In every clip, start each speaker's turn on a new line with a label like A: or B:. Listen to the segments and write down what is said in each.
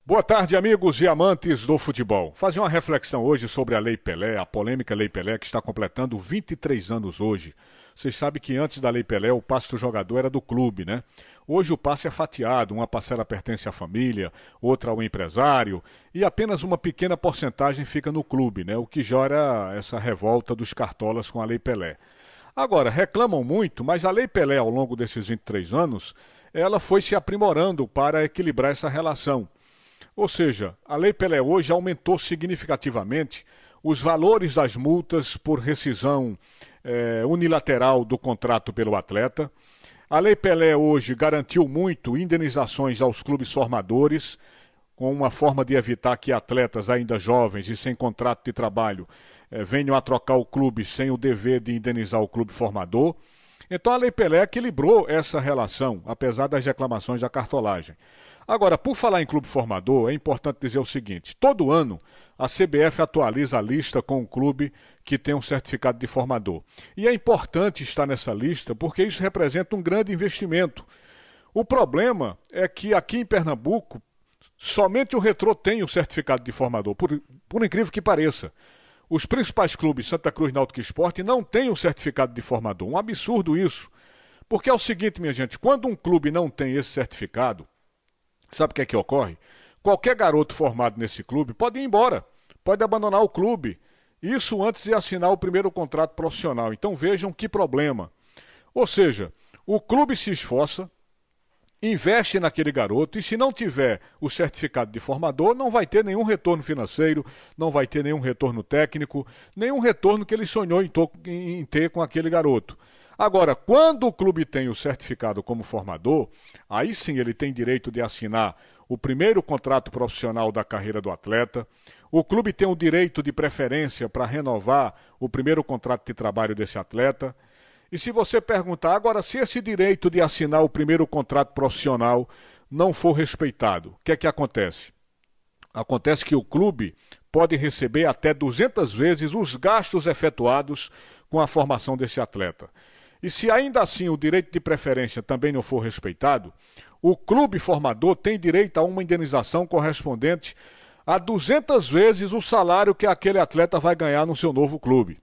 A: Boa tarde, amigos e amantes do futebol. Fazer uma reflexão hoje sobre a Lei Pelé, a polêmica Lei Pelé, que está completando 23 anos hoje. Vocês sabem que antes da Lei Pelé o passe do jogador era do clube, né? Hoje o passe é fatiado, uma parcela pertence à família, outra ao empresário e apenas uma pequena porcentagem fica no clube, né? O que gera essa revolta dos cartolas com a Lei Pelé. Agora, reclamam muito, mas a Lei Pelé ao longo desses 23 anos, ela foi se aprimorando para equilibrar essa relação. Ou seja, a Lei Pelé hoje aumentou significativamente os valores das multas por rescisão unilateral do contrato pelo atleta. A Lei Pelé hoje garantiu muito indenizações aos clubes formadores, com uma forma de evitar que atletas ainda jovens e sem contrato de trabalho venham a trocar o clube sem o dever de indenizar o clube formador. Então a Lei Pelé equilibrou essa relação, apesar das reclamações da cartolagem. Agora, por falar em clube formador, é importante dizer o seguinte: todo ano a CBF atualiza a lista com o clube que tem um certificado de formador. E é importante estar nessa lista porque isso representa um grande investimento. O problema é que aqui em Pernambuco, somente o Retrô tem o certificado de formador, por incrível que pareça. Os principais clubes, Santa Cruz, Náutico e Sport, não têm o certificado de formador. Um absurdo isso. Porque é o seguinte, minha gente, quando um clube não tem esse certificado, sabe o que é que ocorre? Qualquer garoto formado nesse clube pode ir embora, pode abandonar o clube. Isso antes de assinar o primeiro contrato profissional. Então vejam que problema. Ou seja, o clube se esforça, investe naquele garoto e se não tiver o certificado de formador, não vai ter nenhum retorno financeiro, não vai ter nenhum retorno técnico, nenhum retorno que ele sonhou em ter com aquele garoto. Agora, quando o clube tem o certificado como formador, aí sim ele tem direito de assinar o primeiro contrato profissional da carreira do atleta, o clube tem o direito de preferência para renovar o primeiro contrato de trabalho desse atleta. E se você perguntar, agora, se esse direito de assinar o primeiro contrato profissional não for respeitado, o que é que acontece? Acontece que o clube pode receber até 200 vezes os gastos efetuados com a formação desse atleta. E se ainda assim o direito de preferência também não for respeitado, o clube formador tem direito a uma indenização correspondente a 200 vezes o salário que aquele atleta vai ganhar no seu novo clube.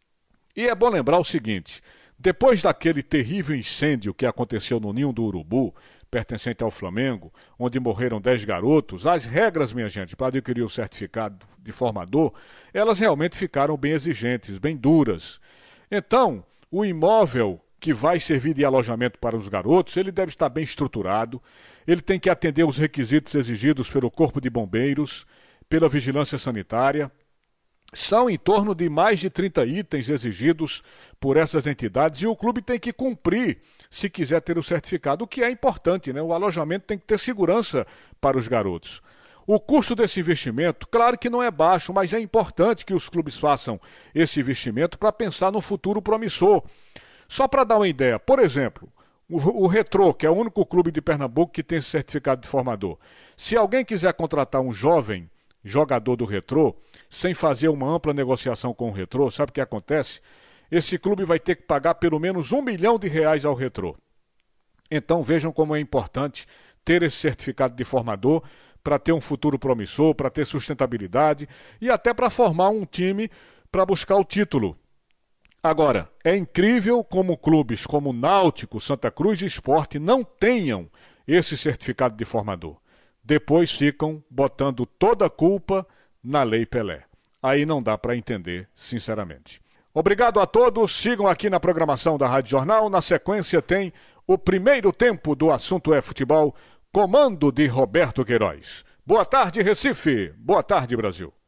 A: E é bom lembrar o seguinte: depois daquele terrível incêndio que aconteceu no Ninho do Urubu, pertencente ao Flamengo, onde morreram 10 garotos, as regras, minha gente, para adquirir o certificado de formador, elas realmente ficaram bem exigentes, bem duras. Então, o imóvel que vai servir de alojamento para os garotos, ele deve estar bem estruturado, ele tem que atender os requisitos exigidos pelo Corpo de Bombeiros, pela Vigilância Sanitária. São em torno de mais de 30 itens exigidos por essas entidades e o clube tem que cumprir se quiser ter o certificado, o que é importante, né? O alojamento tem que ter segurança para os garotos. O custo desse investimento, claro que não é baixo, mas é importante que os clubes façam esse investimento para pensar no futuro promissor. Só para dar uma ideia, por exemplo, o Retrô, que é o único clube de Pernambuco que tem esse certificado de formador. Se alguém quiser contratar um jovem jogador do Retrô, sem fazer uma ampla negociação com o Retrô, sabe o que acontece? Esse clube vai ter que pagar pelo menos R$ 1 milhão ao Retrô. Então vejam como é importante ter esse certificado de formador para ter um futuro promissor, para ter sustentabilidade e até para formar um time para buscar o título. Agora, é incrível como clubes como Náutico, Santa Cruz e Sport não tenham esse certificado de formador. Depois ficam botando toda a culpa na Lei Pelé. Aí não dá para entender, sinceramente. Obrigado a todos, sigam aqui na programação da Rádio Jornal. Na sequência tem o primeiro tempo do Assunto é Futebol, comando de Roberto Queiroz. Boa tarde, Recife. Boa tarde, Brasil.